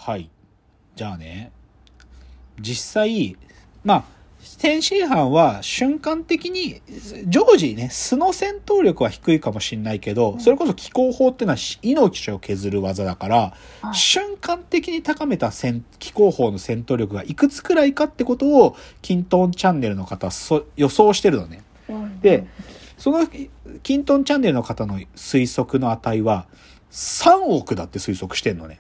はい。じゃあね、実際、まあ、天津飯は瞬間的に、常時ね、素の戦闘力は低いかもしれないけど、それこそ気功法っていうのは命を削る技だから、瞬間的に高めた気功法の戦闘力がいくつくらいかってことを、キントンチャンネルの方は予想してるのね。で、そのキントンチャンネルの方の推測の値は、3億だって推測してんのね。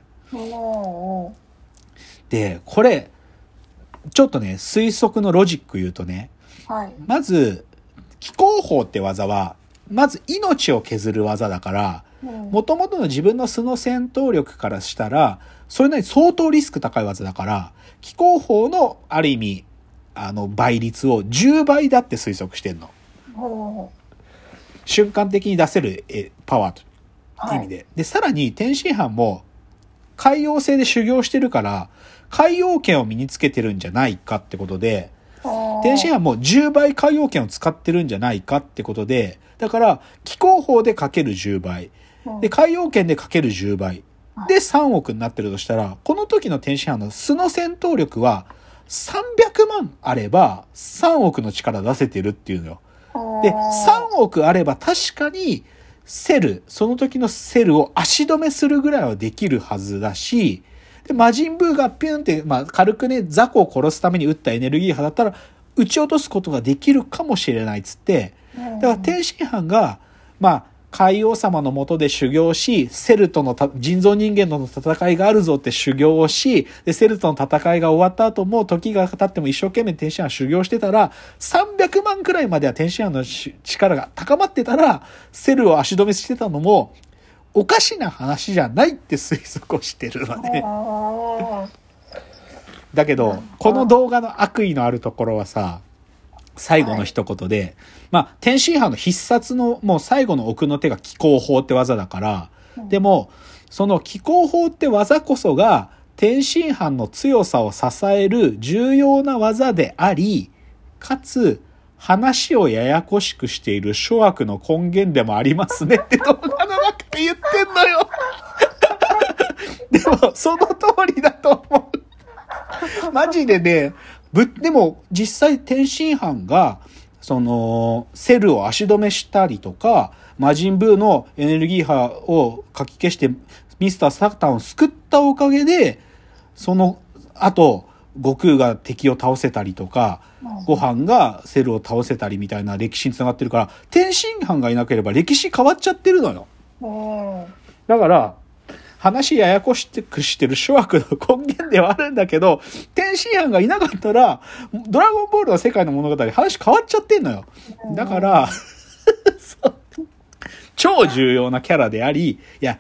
で、これ、ちょっとね、推測のロジック言うとね、まず、気功法って技は、まず命を削る技だから、元々の自分の素の戦闘力からしたら、それなりに相当リスク高い技だから、気功法のある意味、倍率を10倍だって推測してんの。瞬間的に出せるパワーという意味で。で、さらに天津飯も、海洋星で修行してるから、海洋圏を身につけてるんじゃないかってことで、天津飯も10倍海洋圏を使ってるんじゃないかってことで、だから、気功法でかける10倍。で、海洋圏でかける10倍。で、3億になってるとしたら、この時の天津飯の素の戦闘力は、300万あれば、3億の力出せてるっていうのよ。で、3億あれば確かに、その時のセルを足止めするぐらいはできるはずだし、で、魔人ブーがピュンって、軽くね、雑魚を殺すために撃ったエネルギー波だったら、撃ち落とすことができるかもしれないっつって、だから天津飯が、海王様の下で修行し、セルとの人造人間との戦いがあるぞって修行をし、で、セルとの戦いが終わった後も時が経っても一生懸命天津飯修行してたら、300万くらいまでは天津飯の力が高まってたら、セルを足止めしてたのも、おかしな話じゃないって推測をしてるわね。だけど、この動画の悪意のあるところはさ、最後の一言で、天津飯の必殺のもう最後の奥の手が気功法って技だから、でも、その気功法って技こそが、天津飯の強さを支える重要な技であり、かつ、話をややこしくしている諸悪の根源でもありますねって動画の中で言ってんのよ。でも、その通りだと思う。マジでね、でも実際天津飯が、セルを足止めしたりとか、魔人ブーのエネルギー波をかき消してミスターサタンを救ったおかげで、その後、悟空が敵を倒せたりとか、ご飯がセルを倒せたりみたいな歴史につながってるから、天津飯がいなければ歴史変わっちゃってるのよ。だから、話ややこしくしてる諸悪の根源ではあるんだけど、天津飯がいなかったら、ドラゴンボールの世界の物語、話変わっちゃってんのよ。だから、超重要なキャラであり、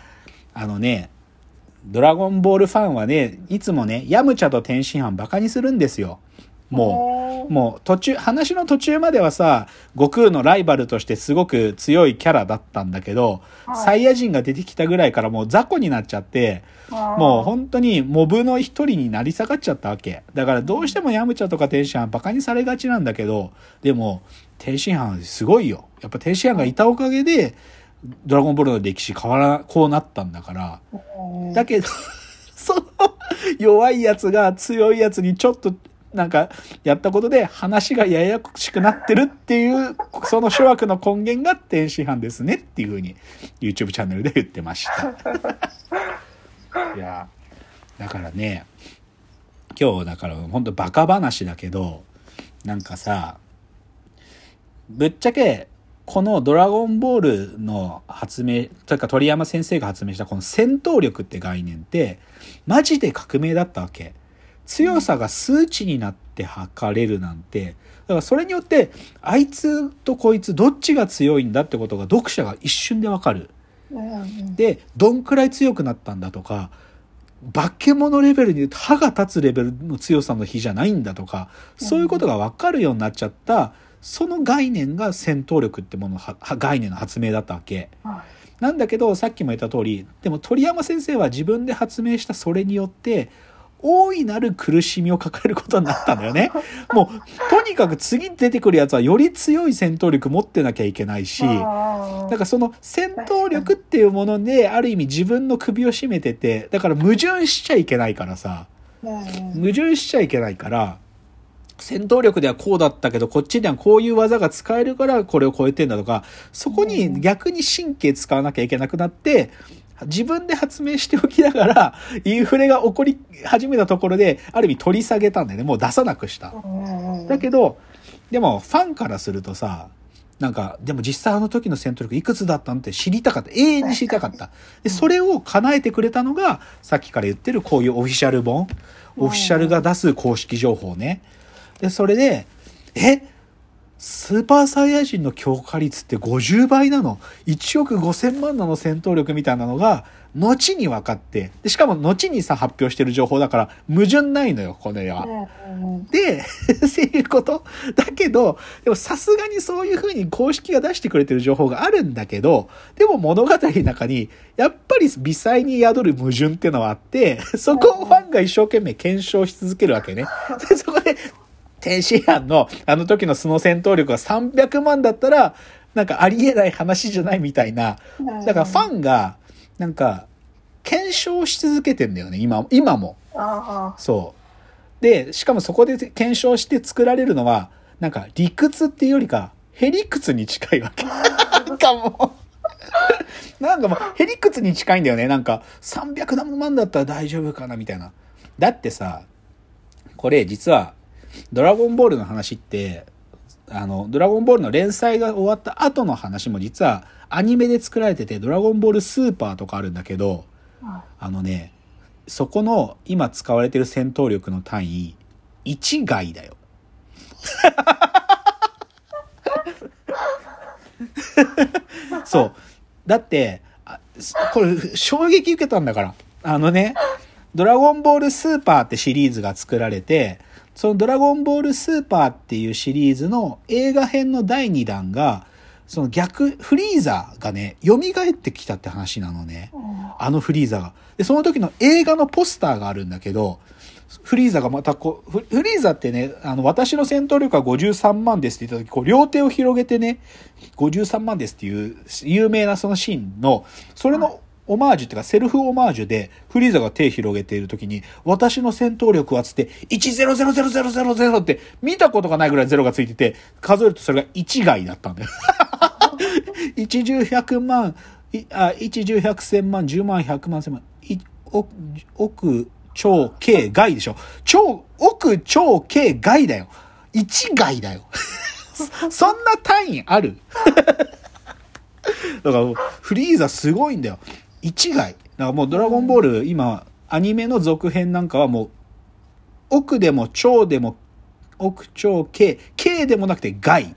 ドラゴンボールファンはね、いつもね、ヤムチャと天津飯バカにするんですよ。もう話の途中まではさ、悟空のライバルとしてすごく強いキャラだったんだけど、サイヤ人が出てきたぐらいからもう雑魚になっちゃって、もう本当にモブの一人になり下がっちゃったわけ。だからどうしてもヤムチャとか天津飯バカにされがちなんだけど、でも天津飯すごいよ。やっぱ天津飯がいたおかげで、ドラゴンボールの歴史こうなったんだから。だけど、その弱いやつが強いやつにちょっとやったことで話がややこしくなってるっていう、その諸悪の根源が天津飯ですねっていう風に YouTube チャンネルで言ってました。いや、だからね、今日だから本当バカ話だけど、ぶっちゃけ、このドラゴンボールの発明、というか鳥山先生が発明したこの戦闘力って概念って、マジで革命だったわけ。強さが数値になって測れるなんて、だからそれによって、あいつとこいつどっちが強いんだってことが読者が一瞬でわかる。で、どんくらい強くなったんだとか、化け物レベルに言うと歯が立つレベルの強さの比じゃないんだとか、そういうことがわかるようになっちゃった、その概念が戦闘力ってもの概念の発明だったわけ。なんだけど、さっきも言った通り、でも鳥山先生は自分で発明したそれによって、 大いなる苦しみを抱えることになったんだよね。もう、とにかく次出てくるやつはより強い戦闘力持ってなきゃいけないし、だからその戦闘力っていうもので、ある意味自分の首を絞めてて、だから矛盾しちゃいけないからさ、矛盾しちゃいけないから、戦闘力ではこうだったけど、こっちではこういう技が使えるからこれを超えてんだとか、そこに逆に神経使わなきゃいけなくなって、自分で発明しておきながら、インフレが起こり始めたところで、ある意味取り下げたんだよね。もう出さなくした。だけど、でもファンからするとさ、なんか、でも実際あの時の戦闘力いくつだったのって知りたかった。永遠に知りたかった。で、それを叶えてくれたのが、さっきから言ってるこういうオフィシャル本。オフィシャルが出す公式情報ね。で、それで、スーパーサイヤ人の強化率って50倍なの ?1 億5000万なの戦闘力みたいなのが、後に分かって、で、しかも後にさ、発表してる情報だから、矛盾ないのよ、これは。で、そういうことだけど、でもさすがにそういう風に公式が出してくれてる情報があるんだけど、でも物語の中に、やっぱり微細に宿る矛盾っていうのはあって、そこをファンが一生懸命検証し続けるわけね。でそこで、天津飯のあの時の素の戦闘力が300万だったら、なんかありえない話じゃないみたいな。だからファンが、なんか、検証し続けてんだよね、今も。そう。で、しかもそこで検証して作られるのは、なんか理屈っていうよりか、へりくつに近いわけ。なんかもう、なんかもう、へりくつに近いんだよね。なんか、300万だったら大丈夫かなみたいな。だってさ、これ実は、ドラゴンボールの話って、ドラゴンボールの連載が終わった後の話も実はアニメで作られてて、ドラゴンボールスーパーとかあるんだけど、そこの今使われてる戦闘力の単位、1外だよ。そう。だって、これ衝撃受けたんだから。ドラゴンボールスーパーってシリーズが作られて、そのドラゴンボールスーパーっていうシリーズの映画編の第2弾が、そのフリーザがね、蘇ってきたって話なのね。あのフリーザが。で、その時の映画のポスターがあるんだけど、フリーザがまたフリーザってね、私の戦闘力は53万ですって言った時、両手を広げてね、53万ですっていう有名なそのシーンの、それのオマージュっていうかセルフオマージュでフリーザが手広げている時に、私の戦闘力はつって1000000って見たことがないぐらいゼロがついてて、数えるとそれが1外だったんだよ。1十100万、1十100千万、10万、100万、1000万、億、超、計、外でしょ。億、超、計、外だよ。1外だよ。そんな単位ある？だから、フリーザすごいんだよ。1外。だからもうドラゴンボール、今、アニメの続編なんかはもう、億でも超でも、億、超、計でもなくて外。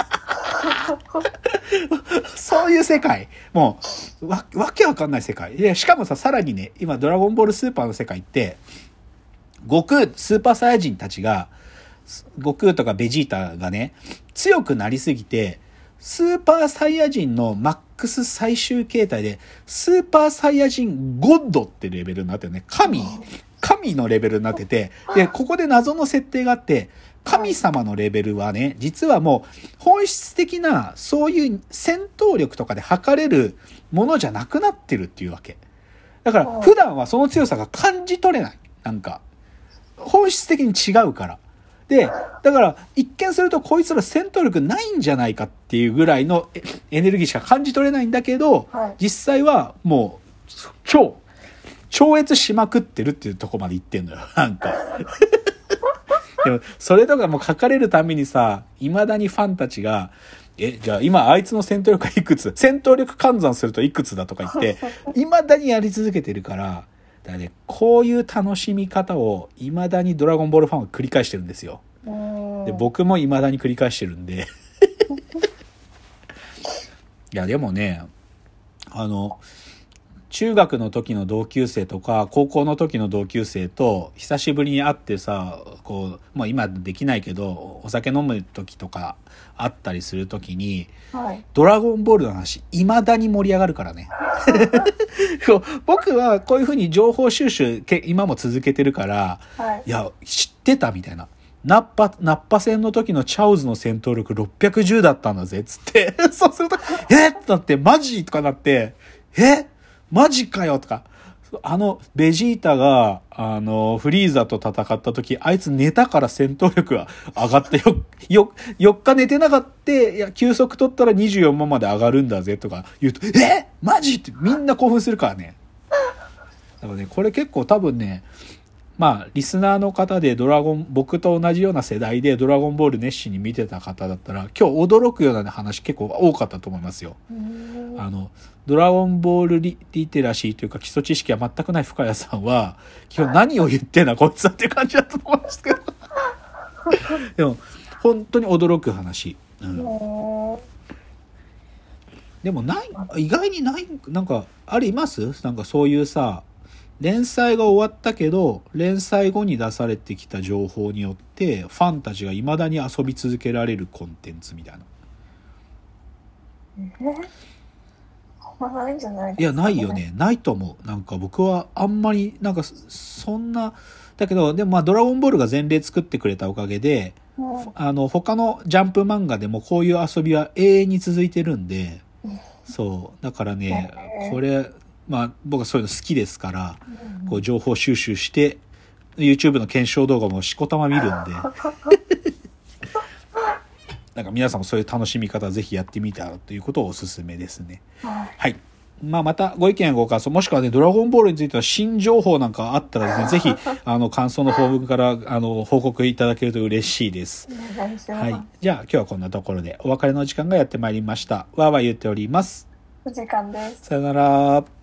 そういう世界。もう、わけわかんない世界。で、しかもさ、さらにね、今、ドラゴンボールスーパーの世界って、悟空、スーパーサイヤ人たちが、悟空とかベジータがね、強くなりすぎて、スーパーサイヤ人のマックス最終形態で、スーパーサイヤ人ゴッドってレベルになってるね。神のレベルになってて、で、ここで謎の設定があって、神様のレベルはね、実はもう本質的なそういう戦闘力とかで測れるものじゃなくなってるっていうわけ。だから普段はその強さが感じ取れない。なんか、本質的に違うから。で、だから一見するとこいつら戦闘力ないんじゃないかっていうぐらいのエネルギーしか感じ取れないんだけど、実際はもう超越しまくってるっていうところまで行ってんのよ。なんか。でも、それとかも書かれるたびにさ、未だにファンたちが、じゃあ今あいつの戦闘力はいくつ？戦闘力換算するといくつだとか言って、未だにやり続けてるから、だからね、こういう楽しみ方を未だにドラゴンボールファンは繰り返してるんですよ。で、僕も未だに繰り返してるんで。いや、でもね、 中学の時の同級生とか高校の時の同級生と久しぶりに会ってさ、こう、まあ今できないけどお酒飲む時とか会ったりする時に、はい、ドラゴンボールの話未だに盛り上がるからね。僕はこういう風に情報収集今も続けてるから、はい、いや知ってたみたいな。ナッパ戦の時のチャオズの戦闘力610だったんだぜっつってそうするとってなってマジとかなってマジかよとか、ベジータが、フリーザと戦った時、あいつ寝たから戦闘力が上がって4日寝てなかった、いや、休息取ったら24万まで上がるんだぜとか言うと、マジってみんな興奮するからね。だからね、これ結構多分ね、まあ、リスナーの方で僕と同じような世代でドラゴンボール熱心に見てた方だったら、今日驚くような話結構多かったと思いますよ。ドラゴンボールリテラシーというか基礎知識は全くない深谷さんは、今日何を言ってんだこいつはっていう感じだったと思いますけど。でも、本当に驚く話。でも意外にない、なんか、ありますなんかそういうさ、連載が終わったけど、連載後に出されてきた情報によって、ファンたちが未だに遊び続けられるコンテンツみたいな。 ないんじゃないですかね。 いや、ないよね。ないと思う。なんか僕はあんまり、なんかそんな、だけど、でもまあドラゴンボールが前例作ってくれたおかげで、他のジャンプ漫画でもこういう遊びは永遠に続いてるんで、そう。だからね、これ、まあ僕はそういうの好きですから、こう情報収集して、YouTube の検証動画もしこたま見るんで、なんか皆さんもそういう楽しみ方ぜひやってみたらということをおすすめですね。はい。まあまたご意見ご感想、もしくはね、ドラゴンボールについての新情報なんかあったらですね、ぜひ、感想のフォームから、報告いただけると嬉しいです。 お願いします。 はい。じゃあ今日はこんなところでお別れの時間がやってまいりました。わーわー言っております。 お時間です。 さよなら。